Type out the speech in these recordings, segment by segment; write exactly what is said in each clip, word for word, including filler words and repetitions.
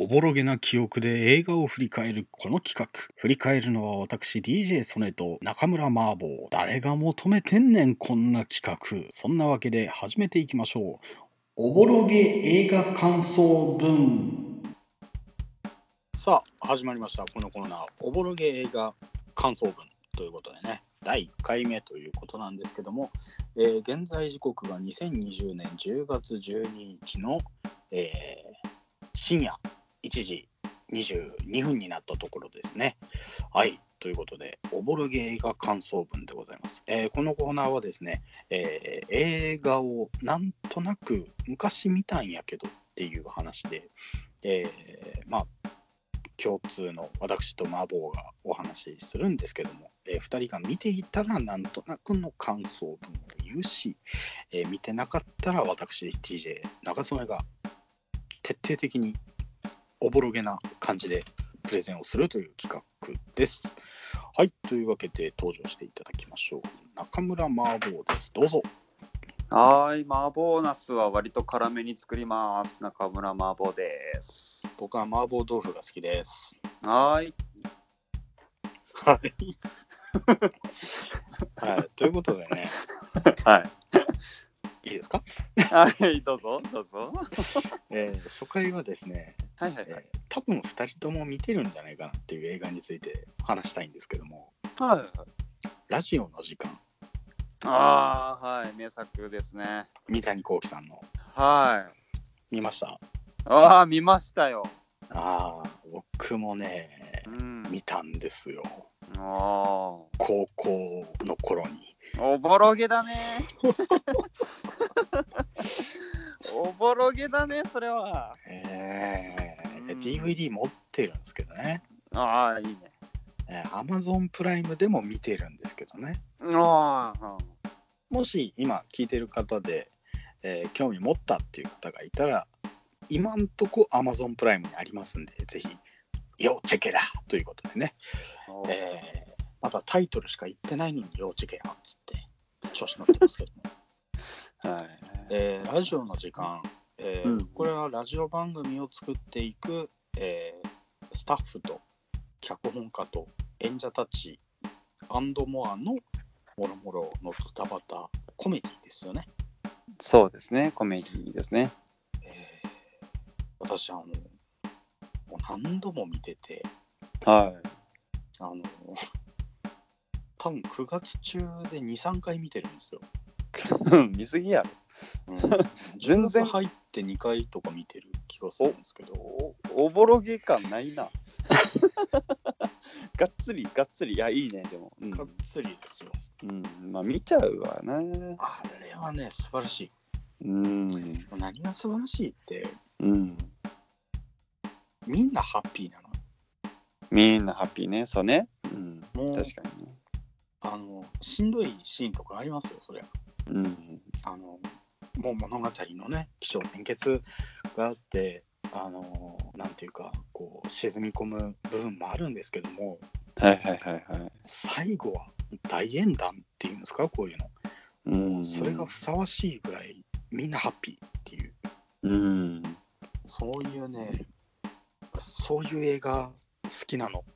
おぼろげな記憶で映画を振り返るこの企画。振り返るのは私 ディージェー ソネと中村麻婆。誰が求めてんねんこんな企画。そんなわけで始めていきましょう。おぼろげ映画感想文。さあ始まりました、このコーナー、おぼろげ映画感想文ということでね、だいいっかいめということなんですけども、えー現在時刻がにせんにじゅうねんじゅうがつじゅうににちの、えー深夜いちじにじゅうにふんになったところですね。はい、ということでおぼろげ映画感想文でございます。えーこのコーナーはですね、えー映画をなんとなく昔見たんやけどっていう話で、えーまあ共通の私と麻婆がお話しするんですけども、えー、ふたりが見ていたらなんとなくの感想文を言うし、えー見てなかったら私 ティージェー 中曽根が徹底的におぼろげな感じでプレゼンをするという企画です。はい、というわけで登場していただきましょう。中村麻婆です。どうぞ。 はーい、麻婆ナスは割と辛めに作ります。中村麻婆です。 僕は麻婆豆腐が好きです。 はーい。 はい。はい、ということでね。 はい。 いいですか？ はい、どうぞ、どうぞ。 えー、初回はですね、 はいはいはい。 えー多分ふたりとも見てるんじゃないかなっていう映画について話したいんですけども、 はいはい。 ラジオの時間、 ああ、はい、名作ですね。 三谷幸喜さんのはい。 見ました？ ああ、見ましたよ。 ああ、僕もね、 うん。 見たんですよ。 あ高校の頃に。 あ、おぼろげだね。おぼろげだね、それは。 えー、 うんディーブイディー 持ってるんですけどね。 ああ、いいね。 えー、Amazon プライムでも見てるんですけどね。 ああ、 もし今聞いてる方で、えー興味持ったっていう方がいたら、今んとこ Amazon プライムにありますんで、ぜひ、要チェケラということでね。 うん。 えー、まだタイトルしか言ってないのに要チェケラっつって調子乗ってますけども。 はい。 えーラジオの時間、えーうんこれはラジオ番組を作っていく、えースタッフと脚本家と演者たちアンドモアのもろもろのドタバタコメディですよね。 そうですね、コメディですね。 えー私はもうもう何度も見てて、 はあの多分くがつ中でにさんかい見てるんですよ。 い。見すぎやろ。 うん、 全然じゅうがつ入ってにかいとか見てる気がするんですけど、 おおぼろげ感ないな。がっつりがっつり、いやいいねでも、うんがっつりですよ。 うん、まあ見ちゃうわな。 あれはね素晴らしい。 うん何が素晴らしいってうんみんなハッピーなの。 みんなハッピーね、そうね。うんもう確かにね。 あのしんどいシーンとかありますよ、そりゃ。 うんあのもう物語のね起承転結があって、あのなんていうかこう沈み込む部分もあるんですけども、 はいはいはいはい。 最後は大演談っていうんですか、こういうの、 うんそれがふさわしいぐらいみんなハッピーっていう、 うんそういうね、そういう映画好きなの。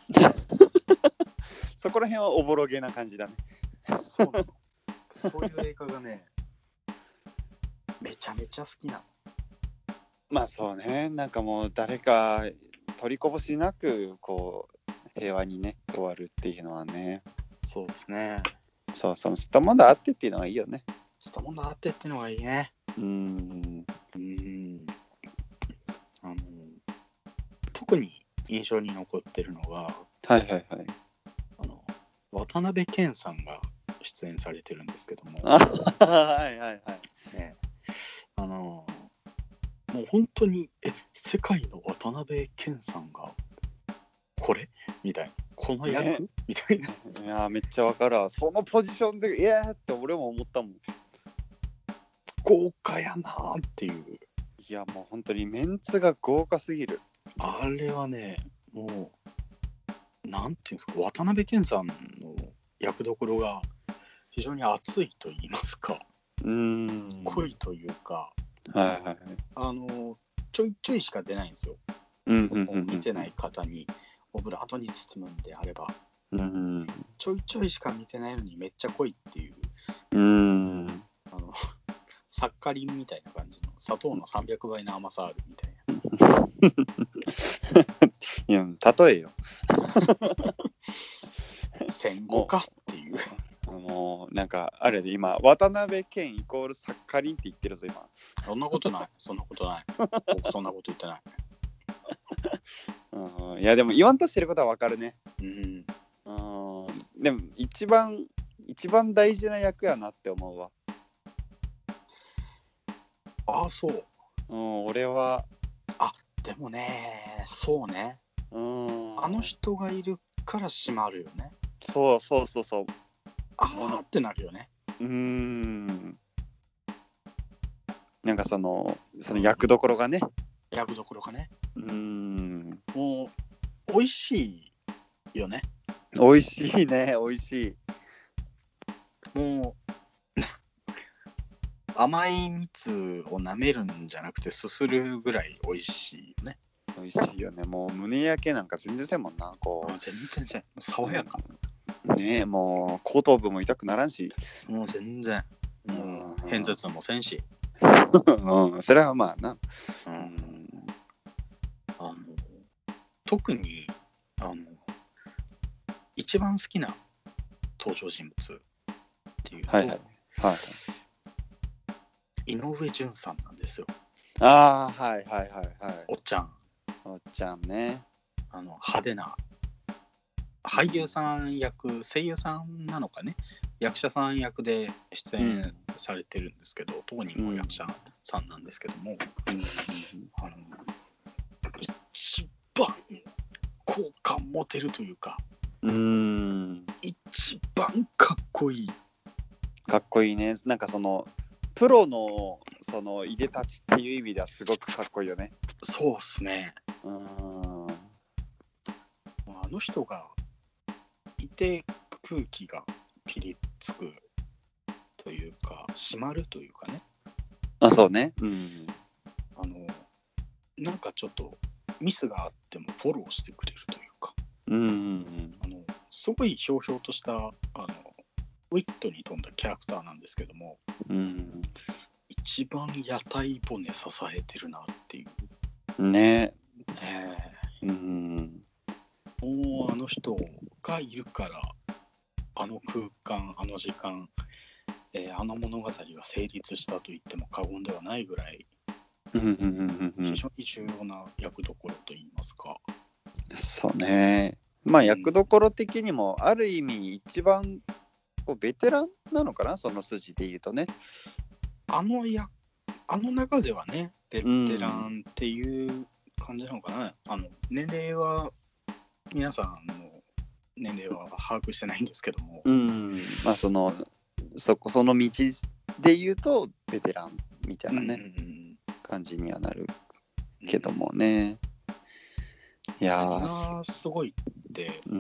そこら辺はおぼろげな感じだね。 そうなの。そういう映画がねめちゃめちゃ好きなの。 まあそうね、なんかもう誰か取りこぼしなくこう平和にね終わるっていうのはね、 そうですね。 そうそう、スタモンダあってっていうのがいいよね。 スタモンダあってってのがいいね。 うんうーん。あの特に印象に残ってるのが、 はいはいはい。 あの渡辺謙さんが出演されてるんですけども、 あはいはいはい。 ね、あのもう本当にえ世界の渡辺謙さんがこれみたいな、この役、 ねみたいな。 いやめっちゃわかるわ。そのポジションでいやーって俺も思ったもん。 豪華やなーっていう。 いやもう本当にメンツが豪華すぎる。 あれはね、もうなんていうんですか、渡辺謙さんの役どころが非常に熱いと言いますか、 うーん濃いというか、 はいはいあのちょいちょいしか出ないんですよ。 うんうんうんうん見てない方にオブラートに包むんであれば、 うんちょいちょいしか見てないのにめっちゃ濃いっていう、 うんあのサッカリンみたいな感じの砂糖のさんびゃくばいの甘さあるみたいな。 いや例えよせんごかっていう。 もうなんかあれで今渡辺謙イコールサッカリンって言ってるぞ今。 そんなことないそんなことない僕そんなこと言ってない。 うん、いやでも言わんとしてることはわかるね。 うん、 うん、でも一番一番大事な役やなって思うわ。 ああそう。 うん、俺はでもね、そうね、 うん、 あの人がいるから閉まるよね。 そうそうそうそう。 あーってなるよね。 うーん。なんかそのその役どころがね。 役どころがね。 うーん。 もう美味しいよね。 美味しいね、美味しい。 もう甘い蜜を舐めるんじゃなくてすするぐらい美味しいよね。 美味しいよね。もう胸焼けなんか全然せんもんな。こ全然せん。爽やか。 うね、もう後頭部も痛くならんし。 もう全然。もう偏頭痛もせんし。 うん、それはまあな。 うん、あの特にあの一番好きな登場人物っていうと、 はいはいはい。 井上順さんなんですよ。 ああ、はいはいはいはい。 おっちゃん。 おっちゃんね。 あの派手な俳優さん役、声優さんなのかね、役者さん役で出演されてるんですけど、うん、当人も役者さんなんですけども、うん、あの一番好感持てるというか、 うーん、 一番かっこいい。 かっこいいね。なんかそのプロのそのいでたちっていう意味ではすごくかっこいいよね。 そうっすね。 うーん、 あの人がいて空気がピリつくというか締まるというかね。 あ、そうね。うん。 あのなんかちょっとミスがあってもフォローしてくれるというか、 うんうんうん、 あのすごいひょうひょうとしたあのウィットに富んだキャラクターなんですけども、 うん、 一番屋台骨支えてるなっていうね。 えー、うん、 もうあの人がいるからあの空間あの時間、えー、あの物語が成立したと言っても過言ではないぐらい非常に重要な役どころといいますか。 そうね。まあ役どころ的にもある意味一番こうベテランなのかな、その筋で言うとね。 あのやあの中ではねベテランっていう感じなのかな、うん、あの年齢は皆さんの年齢は把握してないんですけども、 うん、まあそのそこその道で言うとベテランみたいなね、うん、感じにはなるけどもね、うん、いやーすごいって、うん、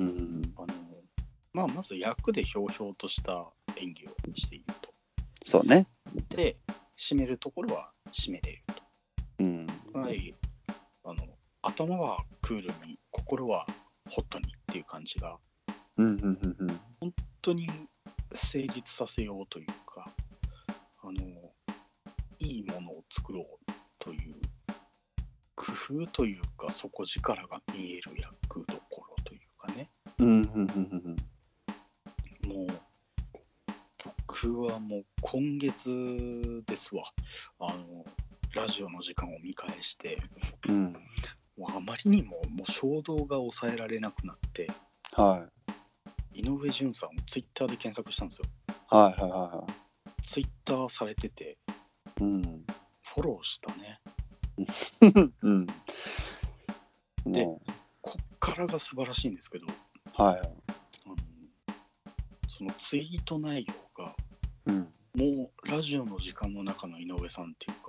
あのまあまず役でひょうひょうとした演技をしていると。 そうね。 で締めるところは締めれると。 うん、 はい、あの頭はクールに心はホットにっていう感じが、 うんうんうんうん、 本当に成立させようというか、あのいいものを作ろうという工夫というか底力が見える役どころというかね、 うんうんうんうん、もう僕はもう今月ですわ、あのラジオの時間を見返して、うん、もうあまりにももう衝動が抑えられなくなって、 はい、 井上順さんをツイッターで検索したんですよ。 はいはいはいはい。 ツイッターされてて、 うん、 フォローしたね。 うん、 で、こっからが素晴らしいんですけど、 はい、 あのそのツイート内容が、 うん、 もうラジオの時間の中の井上さんっていうか、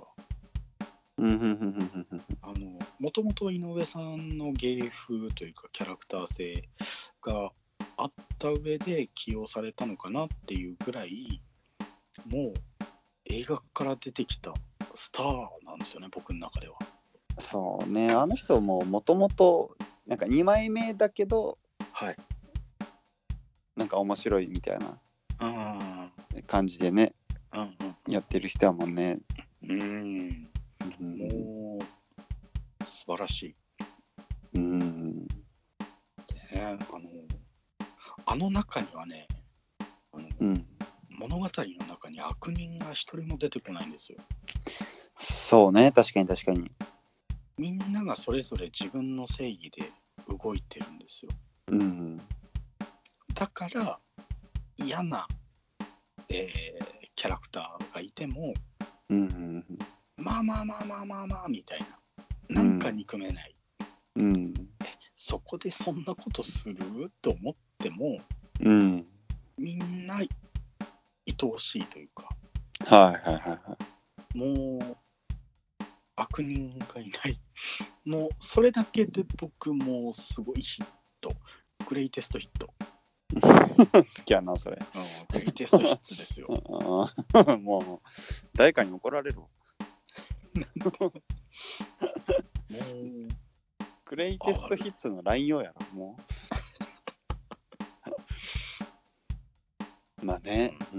あのもともと井上さんの芸風というかキャラクター性があった上で起用されたのかなっていうぐらい、もう映画から出てきたスターなんですよね、僕の中では。 そうね、あの人ももともとなんかにまいめだけど、 はい。 なんか面白いみたいなうん感じでね、 うんうんやってる人やもんね。 うんうん、 もう素晴らしい。 うんね、あのあの中にはね、あの、 うん、 物語の中に悪人が一人も出てこないんですよ。 そうね、確かに確かに。 みんながそれぞれ自分の正義で動いてるんですよ。 うん、 だから嫌な、えーキャラクターがいても、 うん、 まあまあまあまあまあまあみたいな、なんか憎めない、 うん、 そこでそんなことすると思っても、 うん、 みんな愛おしいというか、 はいはいはいはい。 もう悪人がいないもうそれだけで僕もうすごいヒット、グレイテストヒット好きやなそれ。 うん、グレイテストヒッツですよ。 もう誰かに怒られるわ。 もうグレイテストヒッツの乱用やろもう。まあね、うん。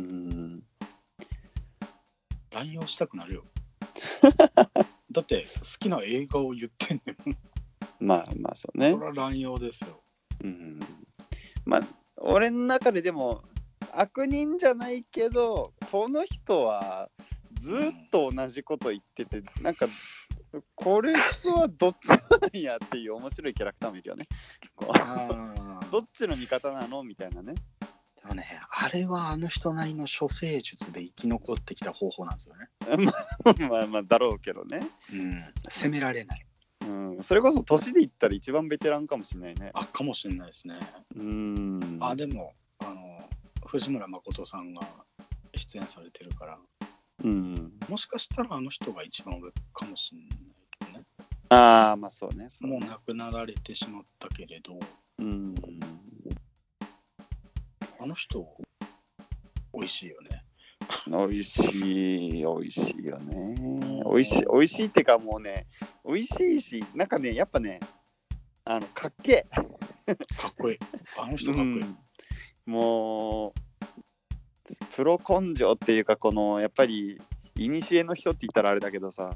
乱用したくなるよ。だって好きな映画を言ってんねん。 まあまあそうね。 それは乱用ですよ。 うん。まあ俺の中ででも悪人じゃないけど、この人はずっと同じこと言ってて、なんかこれはどっちなんやっていう面白いキャラクターもいるよね。こうあどっちの味方なのみたいなね。 でもね、あれはあの人なりの処世術で生き残ってきた方法なんですよね。 まあまあだろうけどね。 うん、責められない。 うん、それこそ年で言ったら一番ベテランかもしれないね。 あ、かもしれないですね。 うん。 あ、でもあの藤村誠さんが出演されてるから、 うん、 もしかしたらあの人が一番上かもしれないけどね。 ああ、まあそうね。そうねもう亡くなられてしまったけれど、 うん。 あの人美味しいよね。 美味しい、美味しいよね。美味しい、美味しいってかもうね、美味しいし、なんかね、やっぱね、あの、かっけかっこいい。あの人かっこいい。うん、 もう、プロ根性っていうか、この、やっぱり、いにしえの人って言ったらあれだけどさ、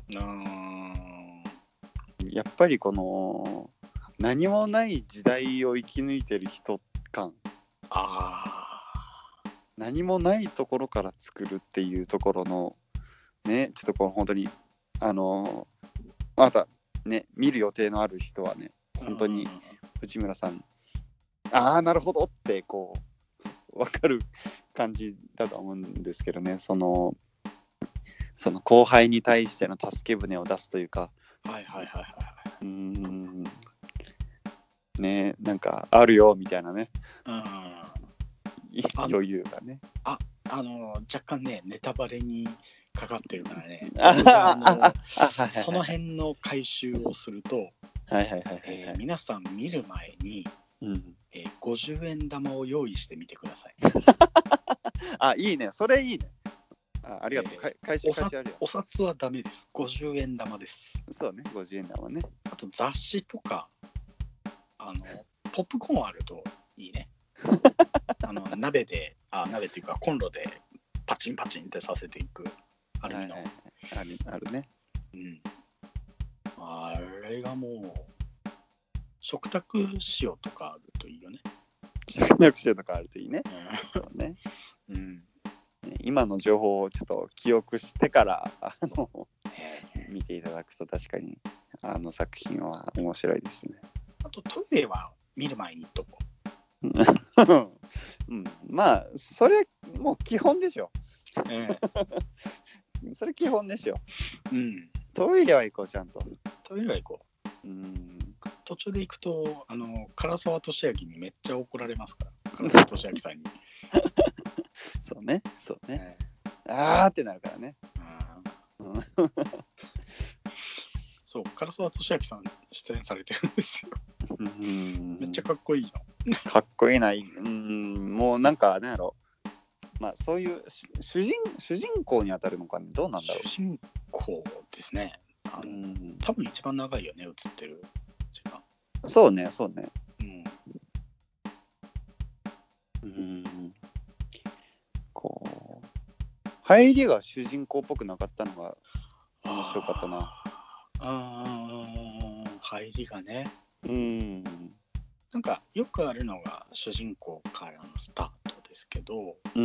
やっぱりこの、何もない時代を生き抜いてる人感。 ああ。 何もないところから作るっていうところのね、ちょっとこう本当にあのまたね見る予定のある人はね本当に藤村さん、ああなるほどってこう分かる感じだと思うんですけどね、そのその後輩に対しての助け舟を出すというか、 はいはいはいはい、 うーんね、なんかあるよみたいなね、うん余裕がね。 あ、あの若干ねネタバレにかかってるからね。その辺の回収をすると、はいはいはいはい、えー、皆さん見る前に、 うんえー、ごじゅうえん玉を用意してみてください。 あ、いいね、それいいね。あ、ありがとう。えー、回収回収あるよ。 お札はダメです。ごじゅうえん玉です。 そうね、ごじゅうえん玉ね。 あと雑誌とかあのポップコーンあるといいね。あの鍋であ鍋っていうかコンロでパチンパチンってさせていくアルミの、はいはい、 あるあるね。 うん。あれがもう食卓塩とかあるといいよね。 食卓塩とかあるといいね。うん、そうね。うん。今の情報をちょっと記憶してからあの見ていただくと確かにあの作品は面白いですね。 あとトイレは見る前に言っとこう。 うん、まあそれもう基本でしょ、ええ、それ基本でしょ、うん、トイレは行こうちゃんとトイレは行こう、うん、途中で行くとあの唐沢寿明にめっちゃ怒られますから唐沢寿明さんにそうねそうね、えー、あーってなるからね、うん、 そう唐沢寿明さん出演されてるんですようんめっちゃかっこいいのかっこいいな、うん、もうなんかなんやろ、まあそういう主人主人公に当たるのかね、どうなんだろう。 主人公ですね。あの、うん、 多分一番長いよね、映ってる時間。 そうね、そうね。 うん。 うん。こう、入りが主人公っぽくなかったのが面白かったな。 ああ、入りがね。 うん。 なんかよくあるのが主人公からのスタートですけど、 うん。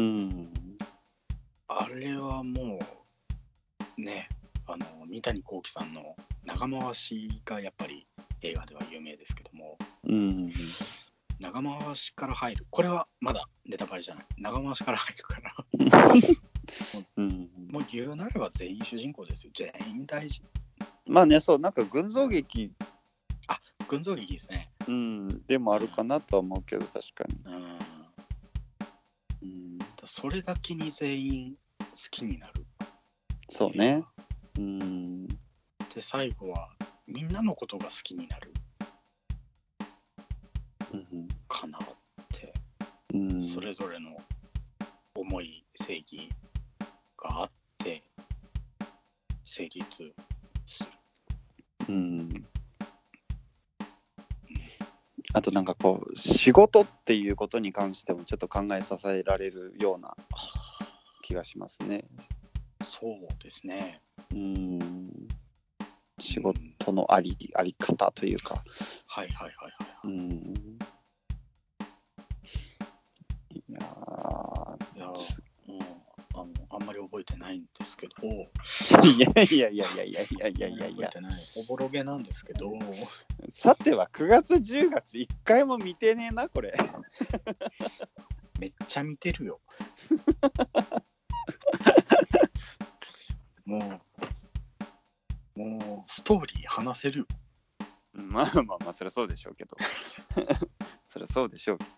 あれはもうね、あの三谷幸喜さんの長回しがやっぱり映画では有名ですけども、 うん。 長回しから入る、これはまだネタバレじゃない、長回しから入るからうん、 もう言うなれば全員主人公ですよ。全員大事。 まあね、そう、なんか群像劇、 あ、群像劇ですね。 うん、でもあるかなとは思うけど、確かに。 うん。 うん、 それだけに全員好きになる。 そうね。うん。 で、最後はみんなのことが好きになるうんかなって、 うん、 それぞれの思い、正義があって成立する。 うん。あとなんかこう仕事っていうことに関してもちょっと考えさせられるような気がしますね。 そうですね。 うん。仕事のあり、うん、あり方というか。 はいはいはいはい。 うん。いやー。 いやー、うん、あのあんまり覚えてないんですけど。 いやいやいやいやいやいやいやいやいや。 覚えてない。おぼろげなんですけど。 さてはくがつじゅうがついっかいも見てねえなこれ。 めっちゃ見てるよ。もうもうストーリー話せる。 まあまあまあそりゃそうでしょうけど。そりゃそうでしょう。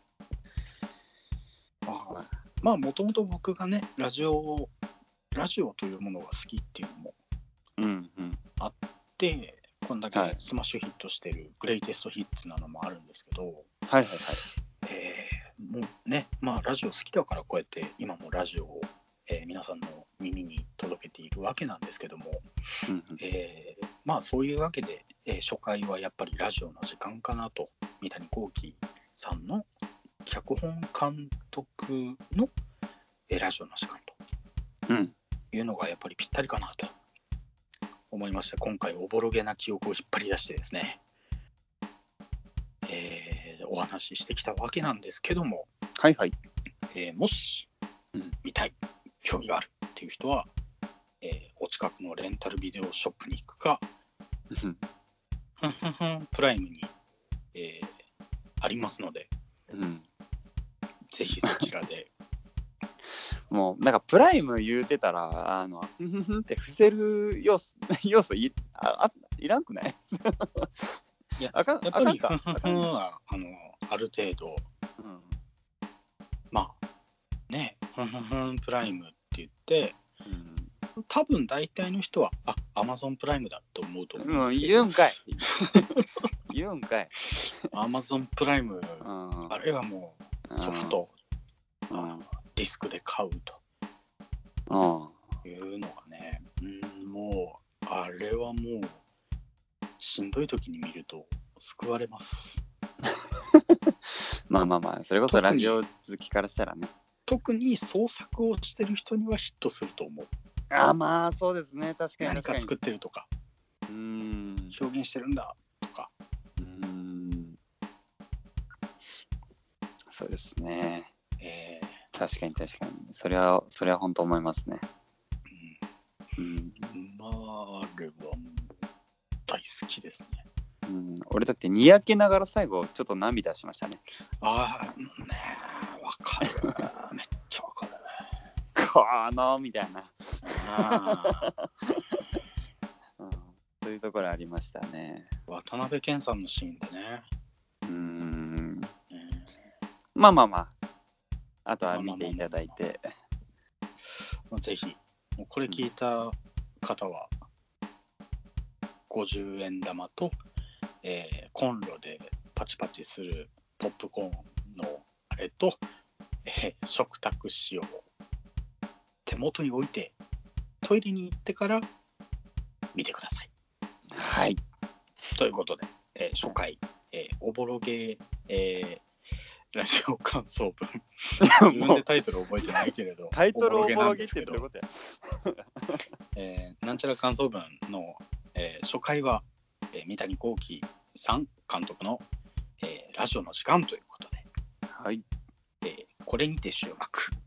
あまあもともと僕がねラジオラジオというものが好きっていうのもあって、うんうん、こんだけスマッシュヒットしてるグレイテストヒッツなのもあるんですけど、はいはいはい。 えー、もうね、まあラジオ好きだからこうやって今もラジオを、えー、皆さんの耳に届けているわけなんですけども、うんうん、えー、まあそういうわけで、えー、初回はやっぱりラジオの時間かなと、三谷幸喜さんの脚本監督の、えー、ラジオの時間というのがやっぱりぴったりかなと思いまして、今回おぼろげな記憶を引っ張り出してですね、えー、お話ししてきたわけなんですけども、 はいはい、 えー、もし、うん、見たい、興味があるっていう人は、えー、お近くのレンタルビデオショップに行くかプライムに、えー、ありますので、うん、ぜひそちらでもうなんかプライム言うてたらあのふふふって伏せる要素要素 い, ああいらんくない？ いや、あかん、やっぱりふふふはあのある程度、うん、まあね、ふふふプライムって言って、うん、多分大体の人はあ、アマゾンプライムだと思うと思うんですけど、 言うんかい言うんかいアマゾンプライム、うん、あれはもうソフト、うん、ディスクで買うというのがね、うん、もうあれはもうしんどい時に見ると救われますまあまあまあそれこそラジオ好きからしたらね、 特に創作をしてる人にはヒットすると思う。 あ、まあそうですね、確かに何か作ってるとか、 うーん、 表現してるんだとか、 うーん、そうですね、えー、確かに確かにそれはそれは本当思いますね。 うん、うん、まああれは大好きですね。 うん、俺だってにやけながら最後ちょっと涙しましたね。 ああ、ねえ、わかるめっちゃわかるこのみたいなあ、うん、そういうところありましたね。 渡辺謙さんのシーンでね、うーん、 えー、まあまあまああとは見ていただいて、 まあ、ぜひもうこれ聞いた方はごじゅうえん玉と、えー、コンロでパチパチするポップコーンのあれと、えー、食卓紙を手元に置いてトイレに行ってから見てください。 はい。 ということで、えー初回、えーおぼろげ、えーラジオ感想文自分でタイトル覚えてないけれどタイトルおぼろげっなんですけどてどういうことや。 えーなんちゃら感想文の、えー初回は、えー三谷幸喜さん監督の、えーラジオの時間ということで、 はい。 えーこれにて終幕。